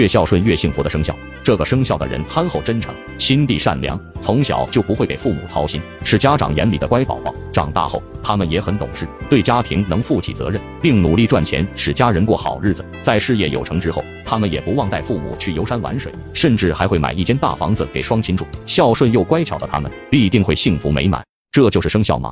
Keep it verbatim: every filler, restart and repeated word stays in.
越孝顺越幸福的生肖。这个生肖的人憨厚真诚，心地善良，从小就不会给父母操心，是家长眼里的乖宝宝。长大后，他们也很懂事，对家庭能负起责任，并努力赚钱，使家人过好日子。在事业有成之后，他们也不忘带父母去游山玩水，甚至还会买一间大房子给双亲住。孝顺又乖巧的他们，必定会幸福美满。这就是生肖马。